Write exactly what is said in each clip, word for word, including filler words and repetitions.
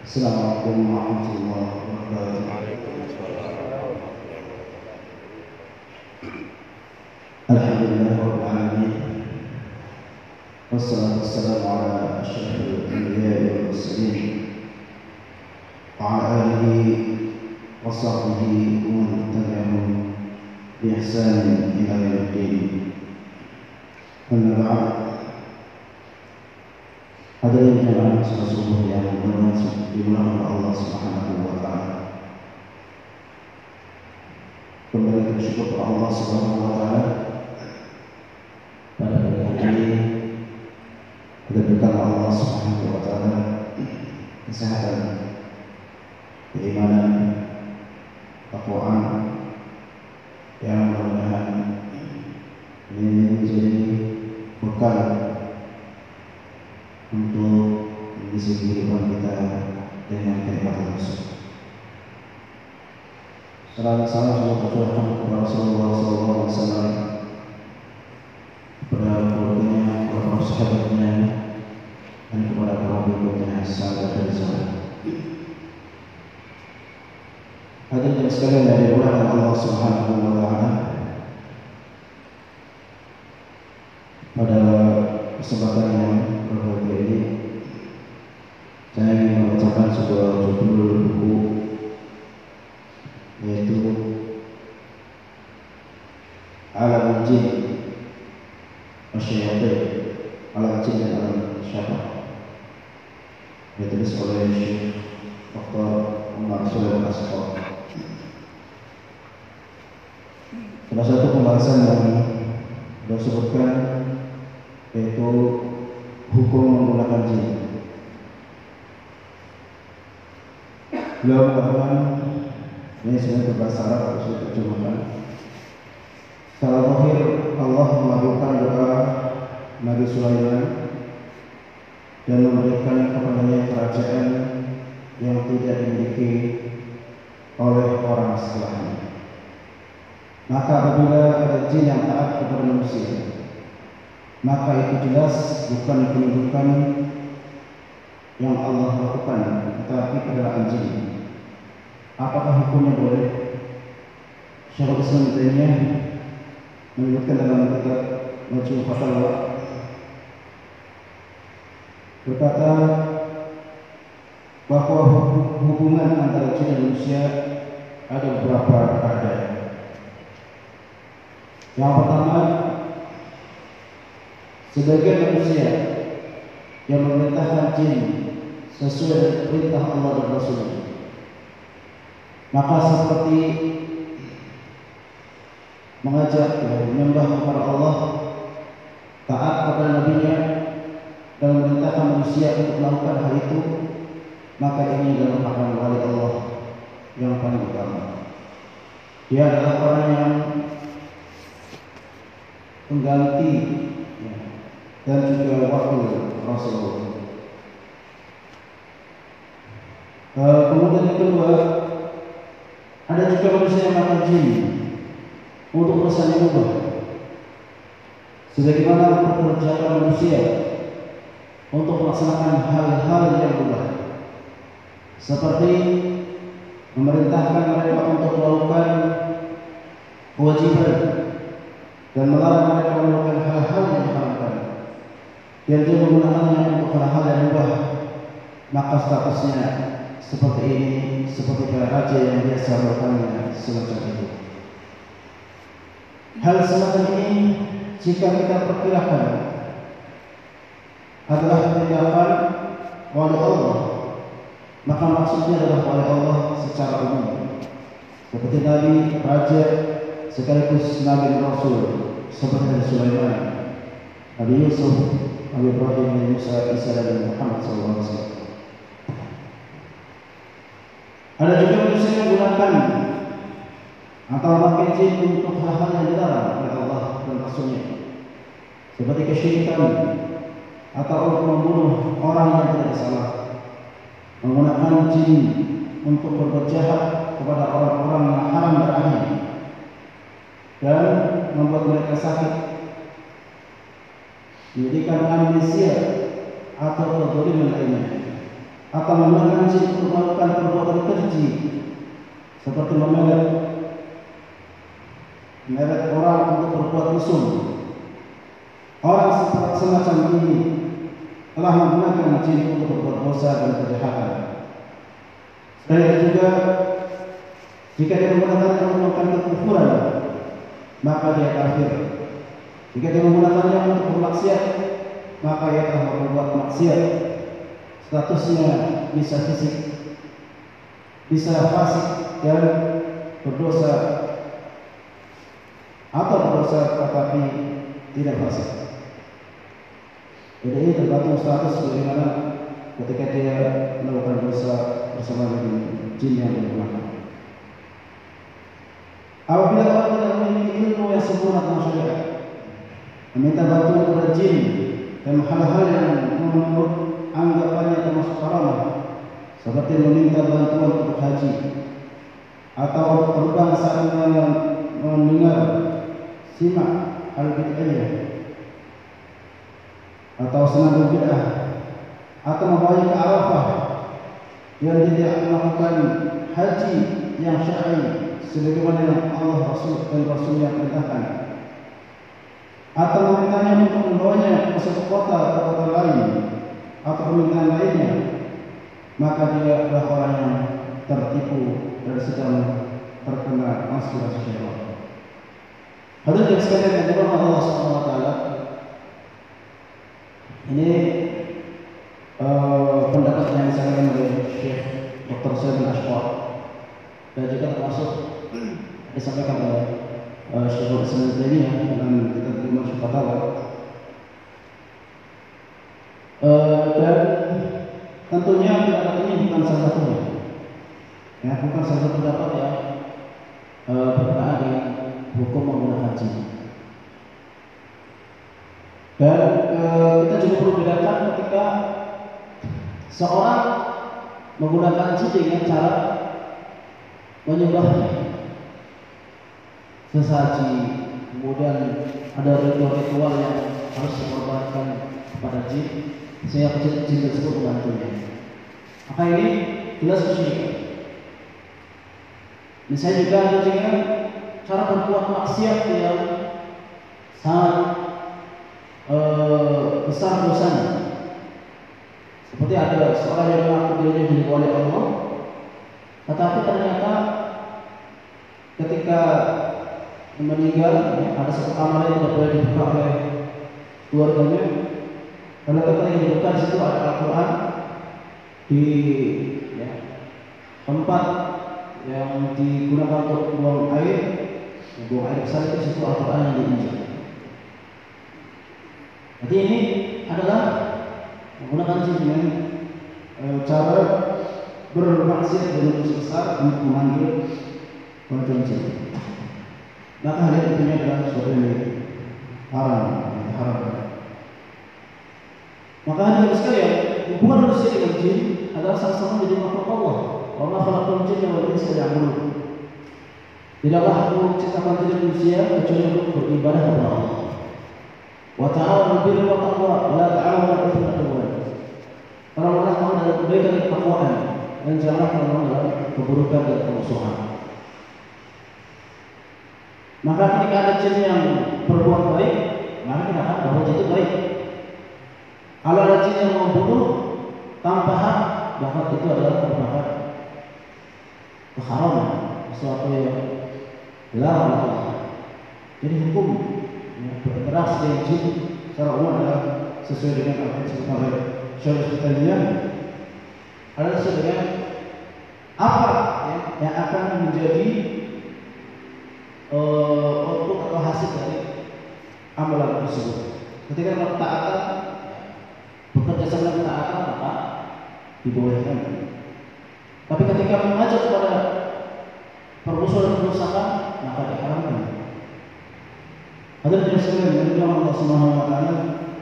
Assalamualaikum warahmatullahi wabarakatuh. Alhamdulillahirabbil alamin. Wassalatu wassalamu ala asyrafil anbiya'i wal mursalin wa ala alihi wa sahbihi wa man tabi'ahum bi ihsanin ila yaumiddin. Amma ba'd. Hadirin jamaah sesungguhnya yang bermaksud dimulakan Allah Subhanahu wa taala. Kembali bersyukur kepada Allah Subhanahu wa taala pada pagi ini kita berikan Allah Subhanahu wa taala kesehatan, keimanan, takwaan yang mudah-mudahan ini menjadi bekal untuk mengisi kehidupan kita dengan kenikmatan tersebut. Salam salam semoga tercurahkan kepada Rasulullah Sallallahu Alaihi Wasallam, kepada keluarganya, kepada sahabatnya, dan kepada para pengikutnya sahabat dan sahabat. Hadirin sekalian yang dimuliakan Allah Subhanahu wa taala, pada kesempatan yang berbahagia ini saya ingin membacakan sebuah judul buku, yaitu Alam Jin Masyayatin, Alam Jin dan Alam Syaitan, yang ditulis oleh Syekh Doktor Umar Sulaiman Asqar. Salah satu pembahasan yang sudah sebutkan yaitu hukum menggunakan jin. Beliau mengatakan, ini sebenarnya berbahasa Arab, harus diterjemahkan. Secara zahir Allah mengabulkan doa Nabi Sulaiman dan memberikan kepadanya kerajaan yang tidak dimiliki oleh orang setelahnya. Maka apabila ada jin yang taat kepada manusia, maka itu jelas bukan kedudukan yang Allah lakukan, tetapi adalah jin. Apakah hukumnya boleh? Syekhul Islam Taimiyah menyebutkan dalam kitab Majmu' Fatawa, berkata bahwa hubungan antara jin dan manusia ada beberapa keadaan. Yang pertama, sebagian manusia yang memerintahkan jin sesuai dengan perintah Allah dan Rasul-Nya, maka seperti mengajak menyembah kepada Allah, taat kepada Nabi-Nya, dan memerintahkan manusia untuk melakukan hal itu, maka ini adalah merupakan wali Allah yang paling utama. Dia adalah orang yang pengganti dan juga wakil Rasulullah. Uh, kemudian yang kedua, ada juga manusia yang makan jin untuk urusan yang mubah, sebagaimana pekerjaan manusia untuk melaksanakan hal-hal yang mubah, seperti memerintahkan mereka untuk melakukan kewajiban dan melarang mereka melakukan hal-hal yang diharamkan, yang dia menggunakannya untuk hal-hal yang mubah, maka statusnya seperti ini, seperti para raja yang biasa melakukannya semacam itu. Hal semacam ini jika kita perkirakan adalah tindakan wali Allah, maka maksudnya adalah wali Allah secara umum, seperti Nabi, raja, sekaligus Nabi dan Rasul, seperti Nabi Sulaiman, Nabi Yusuf, Nabi Ibrahim, Nabi Musa, Isa, dan Muhammad sallallahu alaihi wasallam. Ada juga manusia yang menggunakan atau memakai jin untuk hal-hal yang dilarang oleh Allah dan Rasul-Nya, seperti kesyirikan atau untuk membunuh orang yang tidak bersalah, menggunakan jin untuk berbuat jahat kepada orang-orang yang haram darahnya dan membuat mereka sakit, menjadikan amnesia atau kezaliman lainnya, atau menggunakan jin untuk melakukan perbuatan keji seperti memelet memelet orang untuk berbuat mesum. Orang semacam ini telah menggunakan jin untuk berbuat dosa dan kejahatan. Dan juga jika dia menggunakannya untuk melakukan kekufuran, maka dia kafir. Jika dia menggunakannya untuk bermaksiat, maka ia telah berbuat maksiat. Statusnya bisa fisik, bisa fasik dan berdosa, atau berdosa tetapi tidak fasik. Jadi ini tergantung status bagaimana ketika dia melakukan dosa bersama dengan jin yang digunakan. Apabila orang tidak memiliki ilmu yang sempurna tentang syariat, meminta bantuan kepada jin dan hal-hal yang menurut anggapannya termasuk haram, seperti meminta bantuan untuk haji atau terbang saat mendengar simak al-bid'ah atau senandung bid'ah, atau membawa ke Arafah yang tidak melakukan haji yang syar'i sebagaimana yang Allah Rasul dan Rasulnya perintahkan, atau memintanya untuk membawanya ke suatu kota atau kota lain atau permintaan lainnya, maka dia adalah orang yang tertipu dan sedang terkena konspirasi syaitan. Hadirin sekalian yang dirahmati Allah Subhanahu wa taala, ini uh, pendapat yang disampaikan oleh Syekh Doktor Said bin Ashqar dan juga termasuk disampaikan oleh uh, Syekh Islam Taimiyah dalam kitab Majmu' Fatawa. Uh, dan tentunya pendapat ini bukan salah satunya, ya, bukan salah satu pendapat yang uh, berkenaan dengan hukum menggunakan jin. Dan uh, kita juga perlu bedakan ketika seorang menggunakan jin dengan cara menyembahnya sesaji, kemudian ada ritual-ritual yang harus dikorbankan kepada jin sehingga jin tersebut membantunya. Maka ini jelas kesyirikan. Misalnya juga ada dengan cara berbuat maksiat yang sangat uh, besar dosanya. Seperti ada seorang yang mengaku dirinya diridhoi oleh Allah, tetapi ternyata ketika meninggal, ya, ada satu kamar yang tidak boleh dibuka oleh keluarganya. Karena ketika yang dibuka di situ ada Al-Quran di ya, tempat yang digunakan untuk buang air, buang air besar itu situ Al-Quran yang diinjak. Jadi ini adalah menggunakan jin dengan e, cara bermaksiat dengan dosa besar untuk memanggil bantuan jin. Maka hal ini tentunya adalah sesuatu yang haram, haram. Maka hadirin sekalian, hubungan manusia dengan jin adalah sama-sama menjadi makhluk Allah. Wa ma khalaqtul jinna wal insa liya'budun. Tidaklah aku menciptakan jin manusia kecuali untuk beribadah kepada Allah. Wa ta'awanu 'alal birri wat taqwa wa la ta'awanu 'alal itsmi wal 'udwan. Orang-orang tahu dalam kebaikan dan ketakwaan, dan janganlah orang dalam keburukan dan kemusuhan. Maka ketika ada jin yang berbuat baik, maka kita akan bahwa jin itu baik. Kalau ada jin yang membunuh tanpa hak, maka itu adalah merupakan keharaman, sesuatu yang dilarang oleh Allah. Jadi hukum ya, berinteraksi dengan jin secara umum adalah sesuai dengan apa yang disebutkan oleh Syekh Taimiyah, adalah sesuai dengan apa ya, yang akan menjadi uh, output atau hasil dari amalan tersebut. Ketika kita taat, bekerja sama dengan ketaatan, maka dibolehkan. Tapi ketika mengajak kepada permusuhan dan kerusakan, maka diharamkan. Ada jenis sekalian yang Allah Subhanahu wa taala.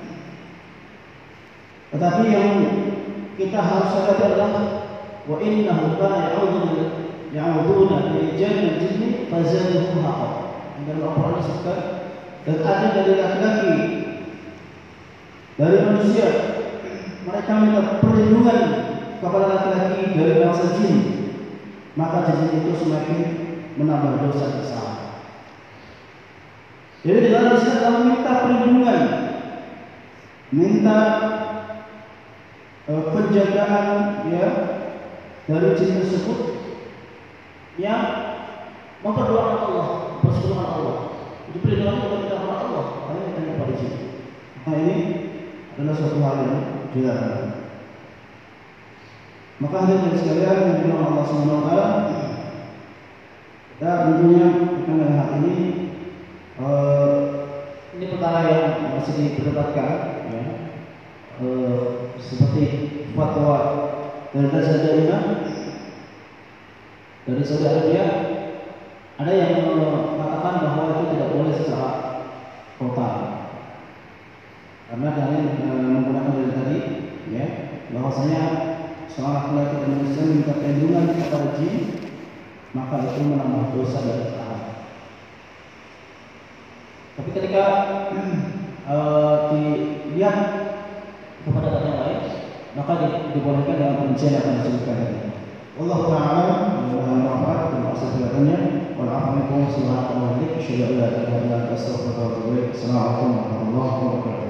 Tetapi yang kita harus sadari adalah wa innahu kana ya'uduna ya'uduna bi rijal jinni fazaduhum haqa. Dalam Al-Qur'an disebutkan, dan ada dari laki-laki dari manusia, mereka minta perlindungan kepada laki-laki dari bangsa jin, maka jin itu semakin menambah dosa besar. Jadi dalam Islam minta perlindungan, minta uh, penjagaan ya dari jin tersebut yang memperdoakan Allah, bersekutukan Allah. Itu perlindungan kepada Allah, karena kita kepada jin. Nah ini adalah suatu hal yang dilarang. Maka hadirin sekalian yang dimuliakan Allah Subhanahu wa taala, dan tentunya mengenai hal ini uh, ini perkara yang masih diperdebatkan ya. Uh, seperti fatwa dari Lajnah Imam dari Saudi Arabia, ada yang mengatakan bahwa itu tidak boleh secara total, karena kalian uh, menggunakan dari tadi ya, bahwasanya seorang laki-laki dan Muslim minta perlindungan kepada jin, maka itu menambah dosa dari Allah. Tapi ketika uh, dilihat kepada data yang lain, maka di, dibolehkan dengan perincian yang akan disebutkan tadi. Allah Taala bermanfaat dan asal kelihatannya. Walaupun kau silakan malik, syukur Allah dan Allah astaghfirullah. Assalamualaikum warahmatullahi wabarakatuh.